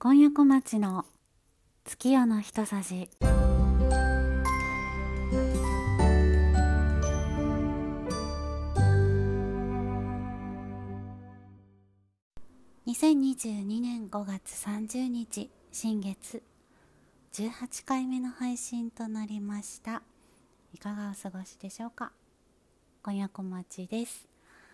今夜小町の月夜の一さじ。2022年5月30日新月18回目の配信となりました。いかがお過ごしでしょうか。今夜小町です。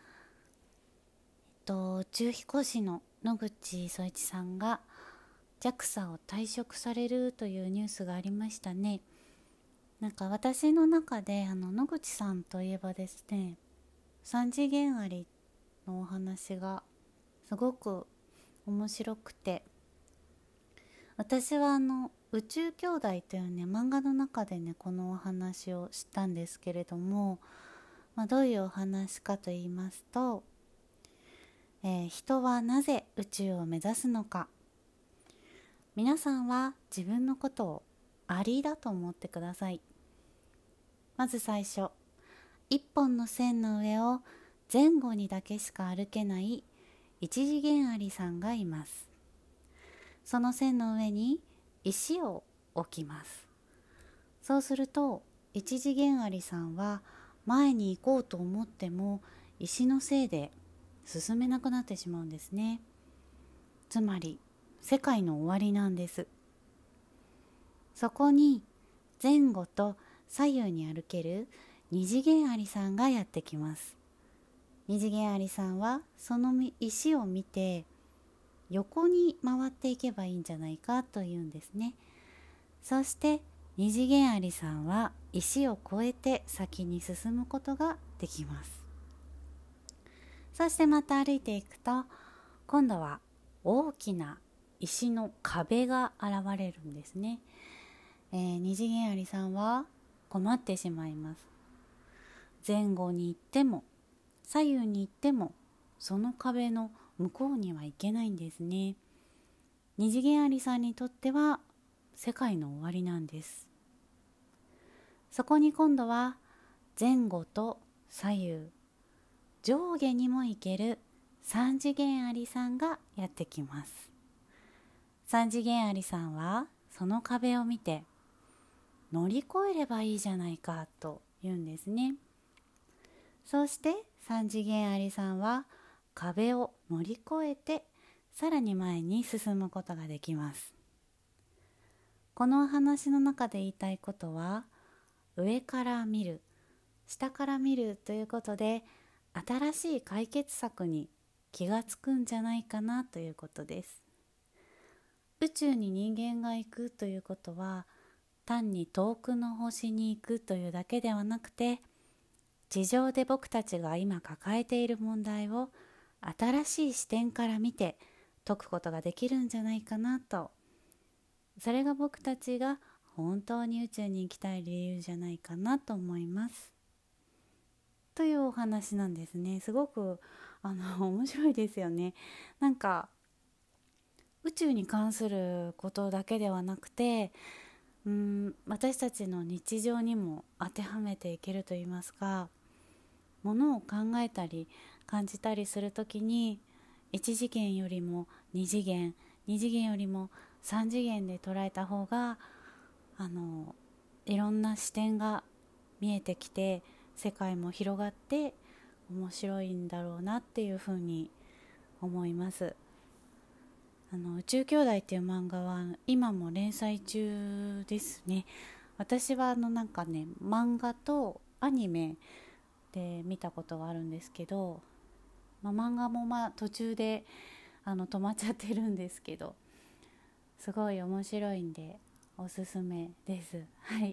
宇宙飛行士の野口聡一さんが JAXA を退職されるというニュースがありましたね。なんか私の中で野口さんといえばですね、3次元アリのお話がすごく面白くて、私は宇宙兄弟というね漫画の中でねこのお話を知ったんですけれども、どういうお話かと言いますと、人はなぜ宇宙を目指すのか。皆さんは自分のことをアリだと思ってください。まず最初、一本の線の上を前後にだけしか歩けない一次元アリさんがいます。その線の上に石を置きます。そうすると一次元アリさんは前に行こうと思っても石のせいで進めなくなってしまうんですね。つまり世界の終わりなんです。そこに前後と左右に歩ける二次元アリさんがやってきます。二次元アリさんはその石を見て横に回っていけばいいんじゃないかというんですね。そして二次元アリさんは石を越えて先に進むことができます。そしてまた歩いていくと、今度は大きな石の壁が現れるんですね。二次元アリさんは困ってしまいます。前後に行っても左右に行ってもその壁の向こうには行けないんですね。二次元アリさんにとっては世界の終わりなんです。そこに今度は前後と左右上下にも行ける三次元アリさんがやってきます。三次元アリさんはその壁を見て乗り越えればいいじゃないかと言うんですね。そして三次元アリさんは壁を乗り越えてさらに前に進むことができます。このお話の中で言いたいことは、上から見る、下から見るということで新しい解決策に気がつくんじゃないかなということです。宇宙に人間が行くということは単に遠くの星に行くというだけではなくて、地上で僕たちが今抱えている問題を新しい視点から見て解くことができるんじゃないかなと、それが僕たちが本当に宇宙に行きたい理由じゃないかなと思いますというお話なんですね。すごく面白いですよね。なんか宇宙に関することだけではなくて、私たちの日常にも当てはめていけるといいますか、ものを考えたり感じたりするときに1次元よりも2次元、2次元よりも3次元で捉えた方がいろんな視点が見えてきて世界も広がって面白いんだろうなっていうふうに思います。宇宙兄弟っていう漫画は今も連載中ですね。私はなんかね漫画とアニメで見たことがあるんですけど、漫画も途中で止まっちゃってるんですけど、すごい面白いんでおすすめです。はい。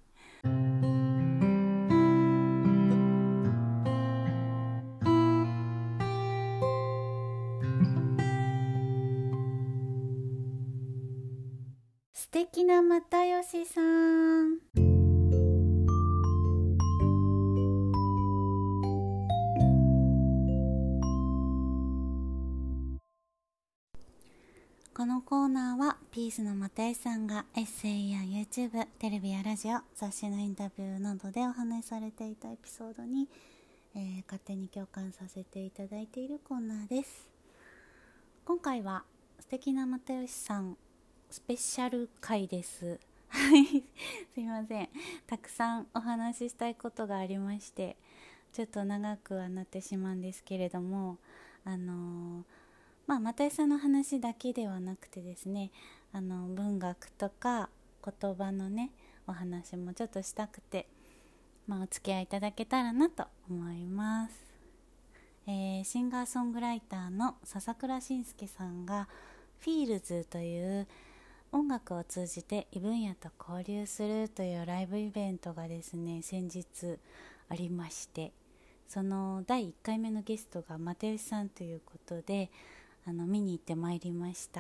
素敵な又吉さん。このコーナーはピースの又吉さんがエッセイや YouTube、テレビやラジオ、雑誌のインタビューなどでお話しされていたエピソードに、勝手に共感させていただいているコーナーです。今回は素敵な又吉さんスペシャル回です。はい、すいません。たくさんお話ししたいことがありまして、ちょっと長くはなってしまうんですけれども、又吉さんの話だけではなくてですね、文学とか言葉のね、お話もちょっとしたくて、お付き合いいただけたらなと思います。シンガーソングライターの笹倉慎介さんがフィールズという音楽を通じて異分野と交流するというライブイベントがですね、先日ありまして、その第1回目のゲストが又吉さんということで見に行ってまいりました。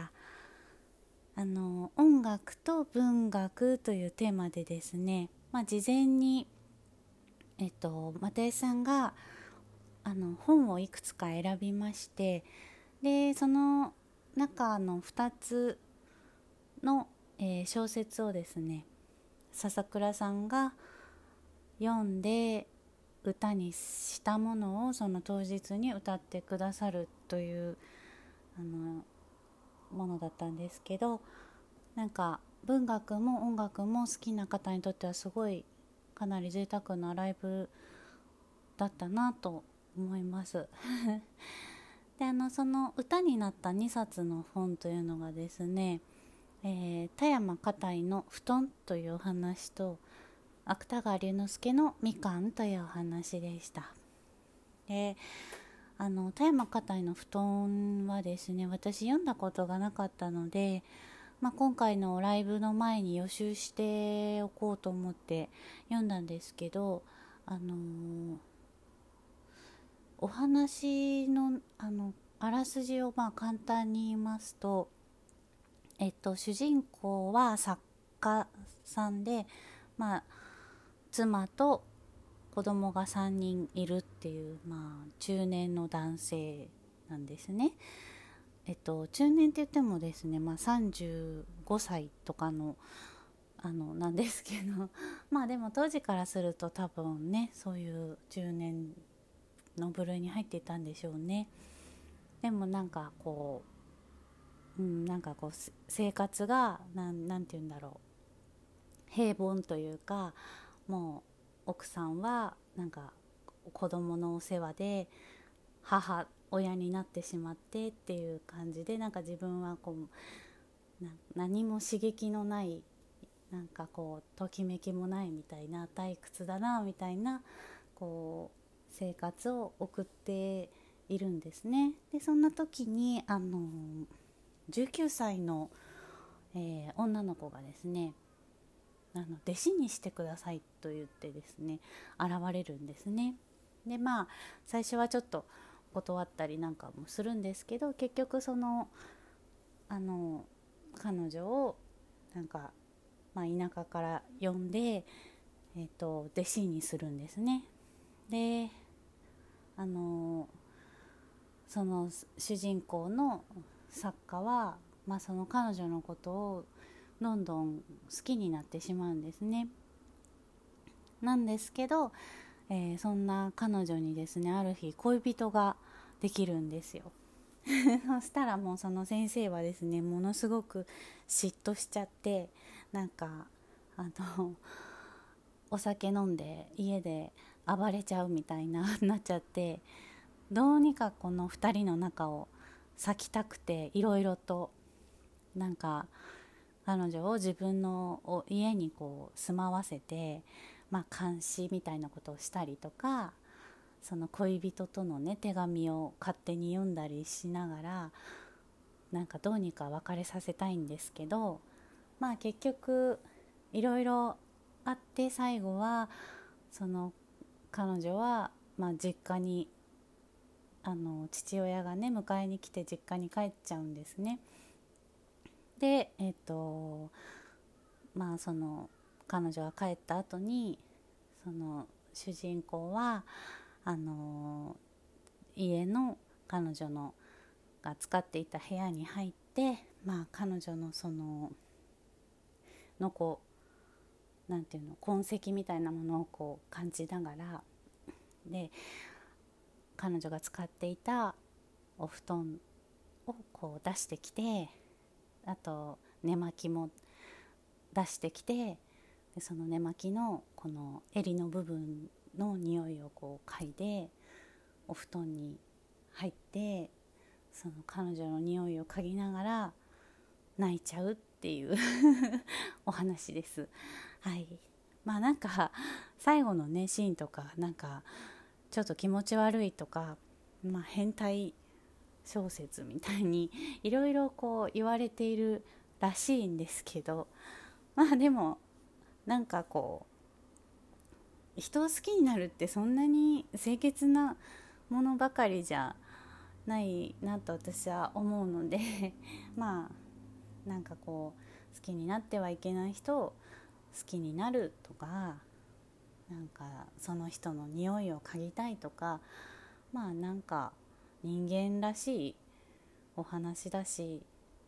音楽と文学というテーマでですね、事前に又吉さんが本をいくつか選びまして、でその中の2つの、小説をですね、笹倉さんが読んで歌にしたものをその当日に歌ってくださるというものだったんですけど、なんか文学も音楽も好きな方にとってはすごいかなり贅沢なライブだったなと思いますでその歌になった2冊の本というのがですね、田山花袋の布団というお話と芥川龍之介のみかんというお話でした。で田山花袋の布団はですね、私読んだことがなかったので、今回のライブの前に予習しておこうと思って読んだんですけど、お話のあらすじを簡単に言いますと、主人公は作家さんで、妻と子供が3人いるっていう、中年の男性なんですね。中年って言ってもですね、35歳とかのなんですけどでも当時からすると多分ね、そういう中年の部類に入っていたんでしょうね。でもなんかこう生活がなんて言うんだろう、平凡というか、もう奥さんはなんか子供のお世話で親になってしまってっていう感じで、なんか自分はこう何も刺激のない、なんかこうときめきもないみたいな、退屈だなみたいなこう生活を送っているんですね。でそんな時に19歳の、女の子がですね、弟子にしてくださいと言ってですね現れるんですね。で最初はちょっと断ったりなんかもするんですけど、結局その彼女をなんか、田舎から呼んで、弟子にするんですね。でその主人公の作家は、その彼女のことをどんどん好きになってしまうんですね。なんですけど、そんな彼女にですね、ある日恋人ができるんですよそしたらもうその先生はですね、ものすごく嫉妬しちゃって、なんかお酒飲んで家で暴れちゃうみたいななっちゃって、どうにかこの2人の仲を裂きたくて、いろいろとなんか彼女を自分の家にこう住まわせて、監視みたいなことをしたりとか、その恋人とのね手紙を勝手に読んだりしながら、なんかどうにか別れさせたいんですけど、結局いろいろあって、最後はその彼女は、実家に父親がね迎えに来て実家に帰っちゃうんですね。でその彼女が帰った後に、その主人公は家の彼女のが使っていた部屋に入って、彼女のそのこうなんていうの、痕跡みたいなものをこう感じながら、で彼女が使っていたお布団をこう出してきて、あと寝巻きも出してきて、でその寝巻きのこの襟の部分の匂いをこう嗅いでお布団に入って、その彼女の匂いを嗅ぎながら泣いちゃうっていうお話です。はい。まあなんか最後のねシーンとかなんかちょっと気持ち悪いとか、まあ、変態小説みたいにいろいろこう言われているらしいんですけど、まあでもなんかこう人を好きになるってそんなに清潔なものばかりじゃないなと私は思うのでまあなんかこう好きになってはいけない人を好きになるとか、なんかその人の匂いを嗅ぎたいとか、まあなんか人間らしいお話だし、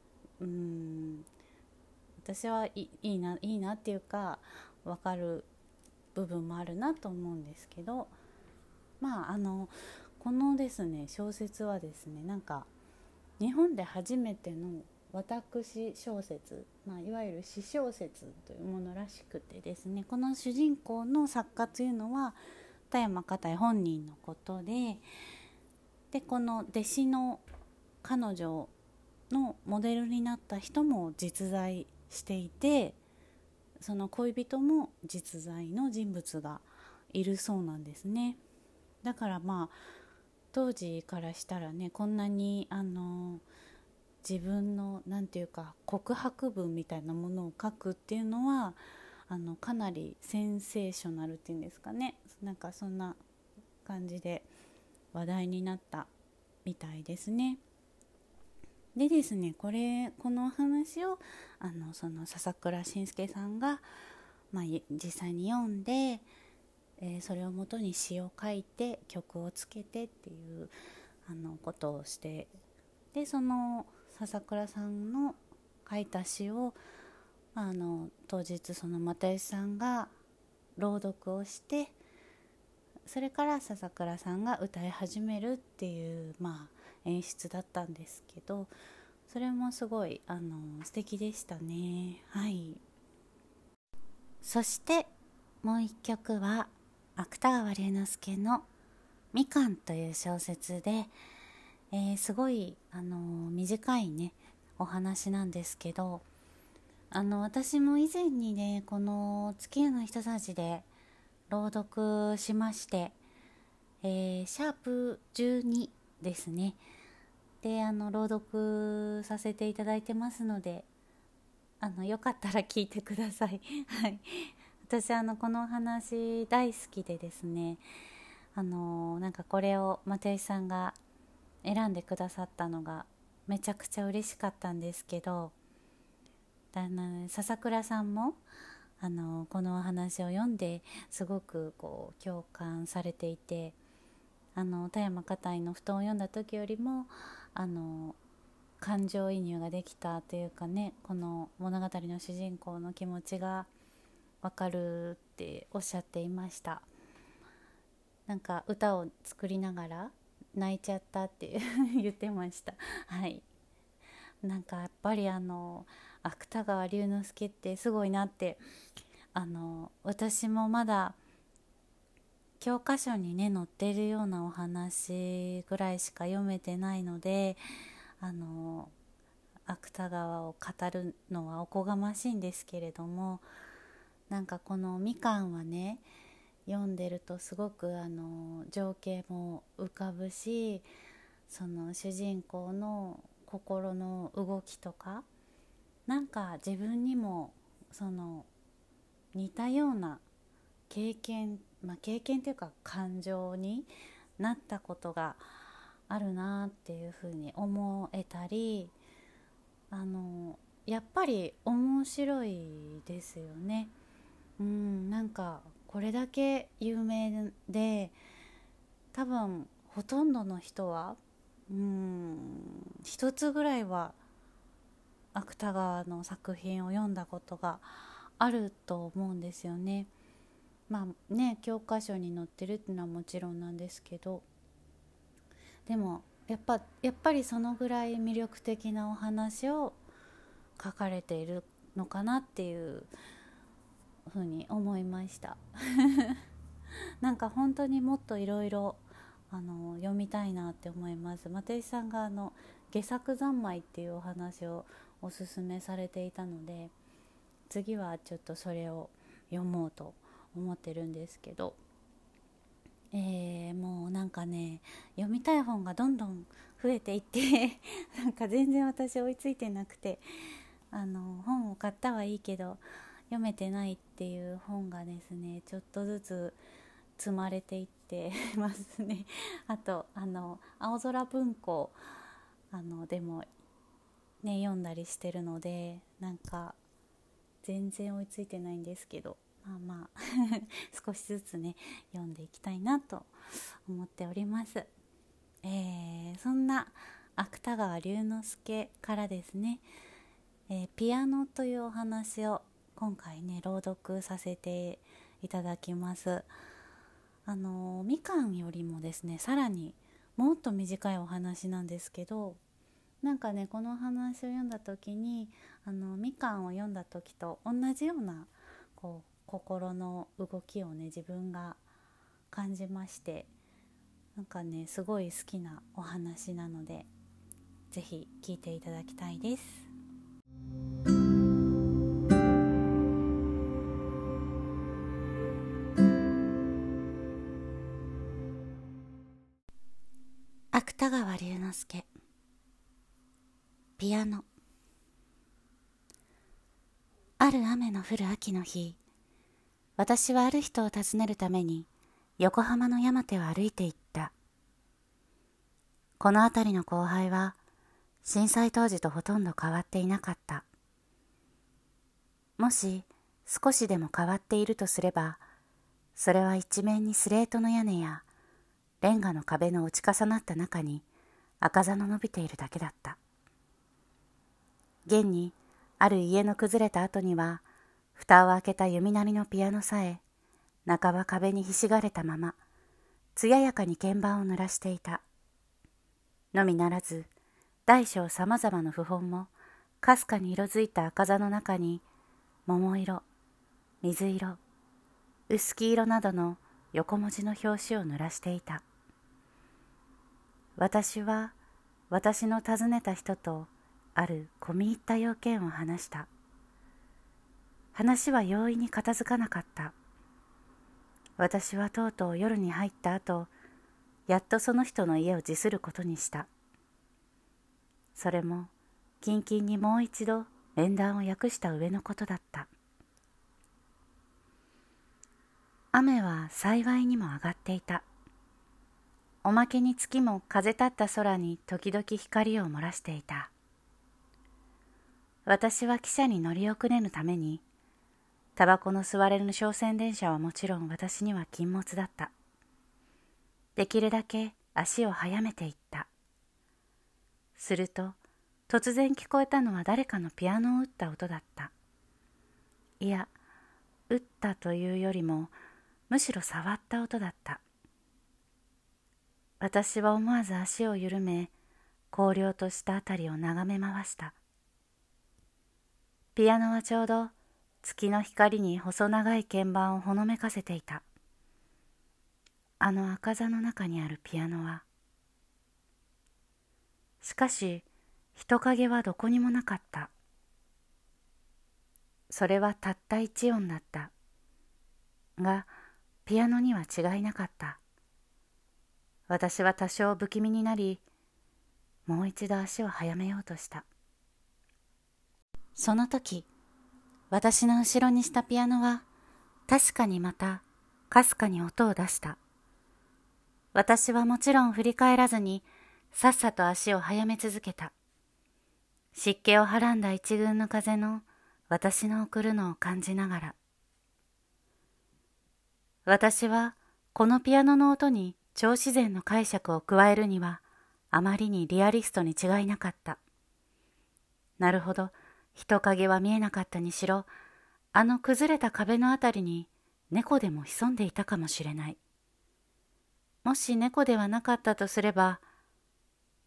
私はいいなっていうか分かる部分もあるなと思うんですけど、まあこのですね小説はですね、なんか日本で初めての私小説、まあ、いわゆる私小説というものらしくてですね、この主人公の作家というのは田山花袋本人のことで、この弟子の彼女のモデルになった人も実在していて、その恋人も実在の人物がいるそうなんですね。だからまあ当時からしたらね、こんなに自分のなんていうか告白文みたいなものを書くっていうのはかなりセンセーショナルっていうんですかね、なんかそんな感じで話題になったみたいですね。でですね、この話をその笹倉伸介さんが、まあ、実際に読んで、それをもとに詩を書いて曲をつけてっていうことをして、でその笹倉さんの書いた詩を、当日その又吉さんが朗読をして、それから笹倉さんが歌い始めるっていう、まあ、演出だったんですけど、それもすごい素敵でしたね。はい。そしてもう一曲は芥川龍之介のみかんという小説で、すごい短いねお話なんですけど、私も以前にねこの月夜の人たちで朗読しまして、シャープ12ですね。で朗読させていただいてますので、よかったら聞いてくださいはい。私このお話大好きでですね、なんかこれを又吉さんが選んでくださったのがめちゃくちゃ嬉しかったんですけど、笹倉さんもこのお話を読んですごくこう共感されていて、田山花袋の布団を読んだ時よりも感情移入ができたというかね、この物語の主人公の気持ちがわかるっておっしゃっていました。なんか歌を作りながら泣いちゃったって言ってましたはい。なんかやっぱり芥川龍之介ってすごいなって、私もまだ教科書にね載っているようなお話ぐらいしか読めてないので、芥川を語るのはおこがましいんですけれども、なんかこのみかんはね読んでるとすごく情景も浮かぶし、その主人公の心の動きとか、なんか自分にもその似たような経験、経験というか感情になったことがあるなっていうふうに思えたり、やっぱり面白いですよね。なんかこれだけ有名で多分ほとんどの人は一つぐらいは芥川の作品を読んだことがあると思うんですよね。まあね、教科書に載ってるっていうのはもちろんなんですけど、でもやっぱりそのぐらい魅力的なお話を書かれているのかなっていうふうに思いました。なんか本当にもっといろいろ読みたいなって思います。又石さんが下作三昧っていうお話をおすすめされていたので、次はちょっとそれを読もうと思ってるんですけど、もうなんかね、読みたい本がどんどん増えていってなんか全然私追いついてなくて、本を買ったはいいけど読めてないっていう本がですね、ちょっとずつ積まれていってますね。あと青空文庫でもね読んだりしてるので、なんか全然追いついてないんですけど、まあ少しずつね読んでいきたいなと思っております。そんな芥川龍之介からですね、ピアノというお話を今回ね朗読させていただきます。みかんよりもですね、さらにもっと短いお話なんですけど、なんかねこの話を読んだ時にみかんを読んだ時と同じようなこう心の動きをね自分が感じまして、なんかねすごい好きなお話なので、ぜひ聞いていただきたいです。芥川龍之介、ピアノ。ある雨の降る秋の日、私はある人を訪ねるために横浜の山手を歩いていった。この辺りの後輩は震災当時とほとんど変わっていなかった。もし少しでも変わっているとすれば、それは一面にスレートの屋根やレンガの壁の打ち重なった中に赤座の伸びているだけだった。現にある家の崩れた後には、蓋を開けた弓なりのピアノさえ半ば壁にひしがれたまま艶やかに鍵盤を濡らしていた。のみならず大小さまざまな譜本もかすかに色づいた赤座の中に桃色、水色、薄黄色などの横文字の表紙を濡らしていた。私は私の訪ねた人とある込み入った要件を話した。話は容易に片付かなかった。私はとうとう夜に入った後、やっとその人の家を辞することにした。それも近々にもう一度面談を訳した上のことだった。雨は幸いにも上がっていた。おまけに月も風立った空に時々光を漏らしていた。私は汽車に乗り遅れぬために、タバコの吸われる商船電車はもちろん私には禁物だった。できるだけ足を速めていった。すると突然聞こえたのは誰かのピアノを打った音だった。いや、打ったというよりもむしろ触った音だった。私は思わず足を緩め、荒涼としたあたりを眺め回した。ピアノはちょうど月の光に細長い鍵盤をほのめかせていた。あの赤座の中にあるピアノは。しかし人影はどこにもなかった。それはたった一音だった。が、ピアノには違いなかった。私は多少不気味になり、もう一度足を速めようとした。その時、私の後ろにしたピアノは確かにまたかすかに音を出した。私はもちろん振り返らずにさっさと足を速め続けた。湿気をはらんだ一群の風の私の送るのを感じながら。私はこのピアノの音に超自然の解釈を加えるにはあまりにリアリストに違いなかった。なるほど、人影は見えなかったにしろ、あの崩れた壁のあたりに猫でも潜んでいたかもしれない。もし猫ではなかったとすれば、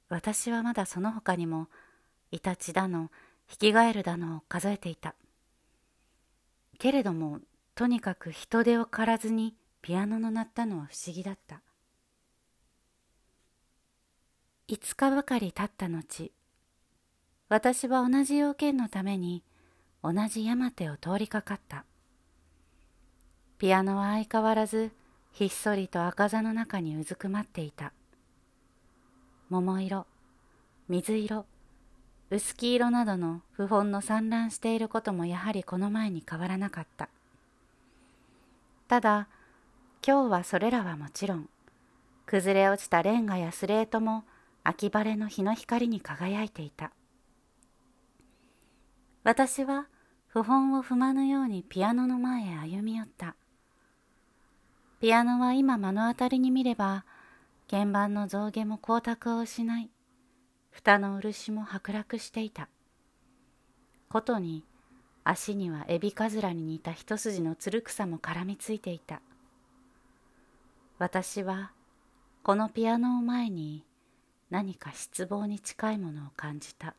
私はまだその他にもイタチだのヒキガエルだのを数えていた。けれどもとにかく人手を借らずにピアノの鳴ったのは不思議だった。5日ばかり経った後、私は同じ用件のために同じ山手を通りかかった。ピアノは相変わらずひっそりと赤座の中にうずくまっていた。桃色、水色、薄黄色などの符本の散乱していることもやはりこの前に変わらなかった。ただ今日はそれらはもちろん、崩れ落ちたレンガやスレートも秋晴れの日の光に輝いていた。私は符本を踏まぬようにピアノの前へ歩み寄った。ピアノは今目の当たりに見れば、鍵盤の象牙も光沢を失い、蓋の漆も剥落していた。ことに足にはエビカズラに似た一筋のつる草も絡みついていた。私はこのピアノを前に何か失望に近いものを感じた。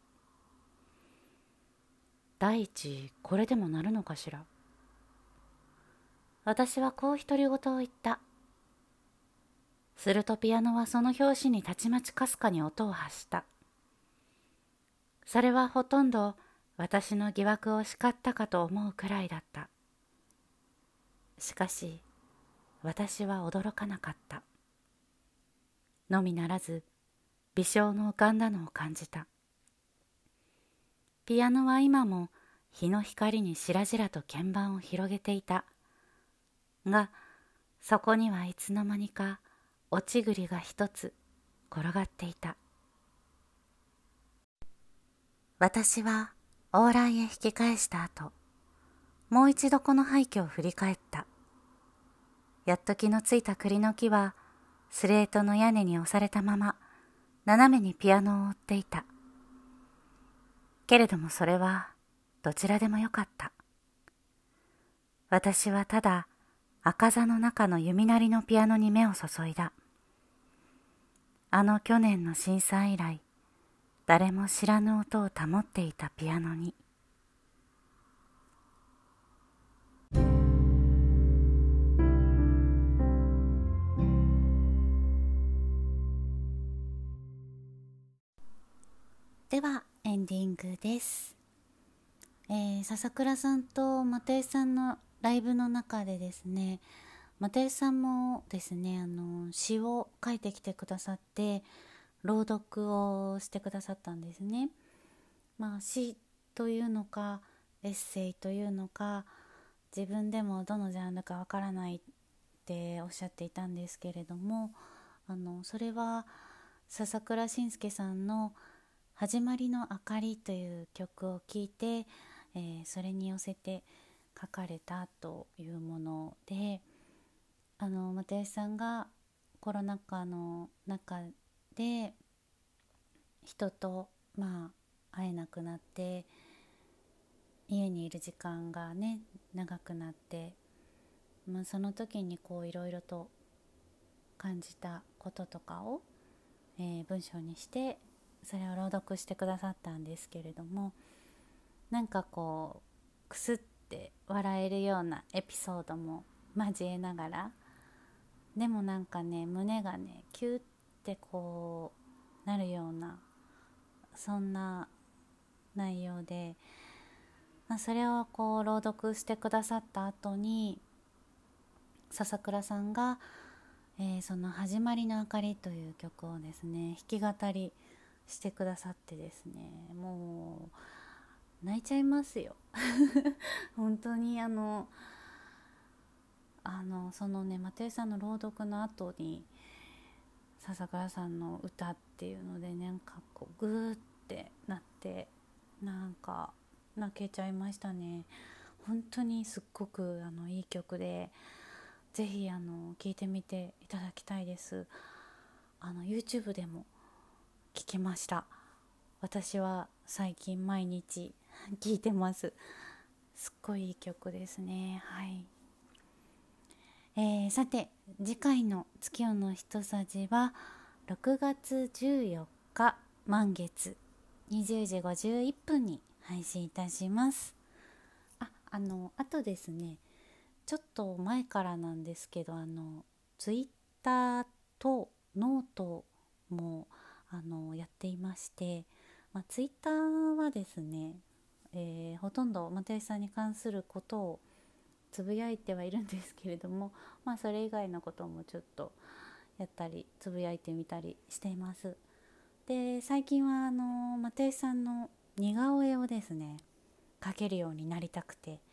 第一、これでもなるのかしら。私はこう独り言を言った。するとピアノはその拍子にたちまちかすかに音を発した。それはほとんど私の疑惑を叱ったかと思うくらいだった。しかし私は驚かなかった。のみならず微笑の浮かんだのを感じた。ピアノは今も日の光にしらじらと鍵盤を広げていた。が、そこにはいつの間にか落ち栗が一つ転がっていた。私は往来へ引き返した後、もう一度この廃墟を振り返った。やっと気のついた栗の木はスレートの屋根に押されたまま斜めにピアノを追っていた。けれどもそれはどちらでもよかった。私はただ赤座の中の弓なりのピアノに目を注いだ。あの去年の震災以来、誰も知らぬ音を保っていたピアノに。ではエンディングです。笹倉さんと又吉さんのライブの中でですね、又吉さんもですね、詩を書いてきてくださって朗読をしてくださったんですね。詩というのかエッセイというのか、自分でもどのジャンルかわからないっておっしゃっていたんですけれども、それは笹倉伸介さんの始まりの明かりという曲を聴いて、それに寄せて書かれたというもので、又吉さんがコロナ禍の中で人と会えなくなって、家にいる時間がね長くなって、その時にいろいろと感じたこととかを、文章にしてそれを朗読してくださったんですけれども、なんかくすって笑えるようなエピソードも交えながら、でもなんかね胸がねキュッてなるような、そんな内容で、それを朗読してくださった後に笹倉さんが、その始まりの明かりという曲をですね弾き語りしてくださってですね、もう泣いちゃいますよ本当にそのね又吉さんの朗読の後に笹倉さんの歌っていうので、なんかグーってなって、なんか泣けちゃいましたね。本当にすっごくいい曲で、ぜひ聴いてみていただきたいです。YouTube でも聴けました。私は最近毎日聴いてます。すっごいいい曲ですね。はい。さて次回の月夜のひとさじは6月14 日満月20時51分に配信いたします。あとですね、ちょっと前からなんですけど、ツイッターとノートもやっていまして、ツイッターはですね、ほとんど又吉さんに関することをつぶやいてはいるんですけれども、それ以外のこともちょっとやったりつぶやいてみたりしています。で、最近は又吉さんの似顔絵をですね描けるようになりたくて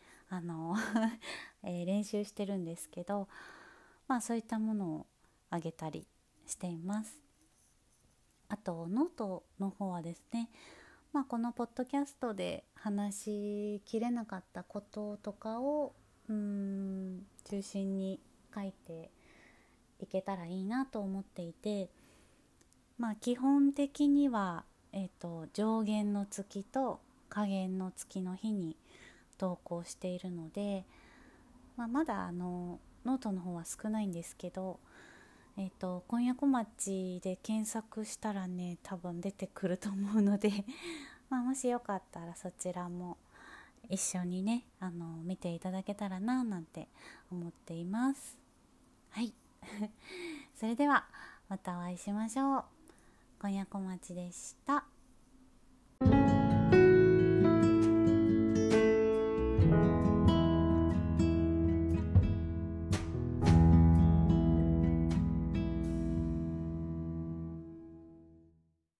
練習してるんですけど、そういったものをあげたりしています。あとノートの方はですね、このポッドキャストで話しきれなかったこととかを中心に書いていけたらいいなと思っていて、基本的には、上限の月と下限の月の日に投稿しているので、まだノートの方は少ないんですけど、今夜小町で検索したらね多分出てくると思うのでもしよかったらそちらも一緒にね見ていただけたらななんて思っています。はいそれではまたお会いしましょう。今夜小町でした。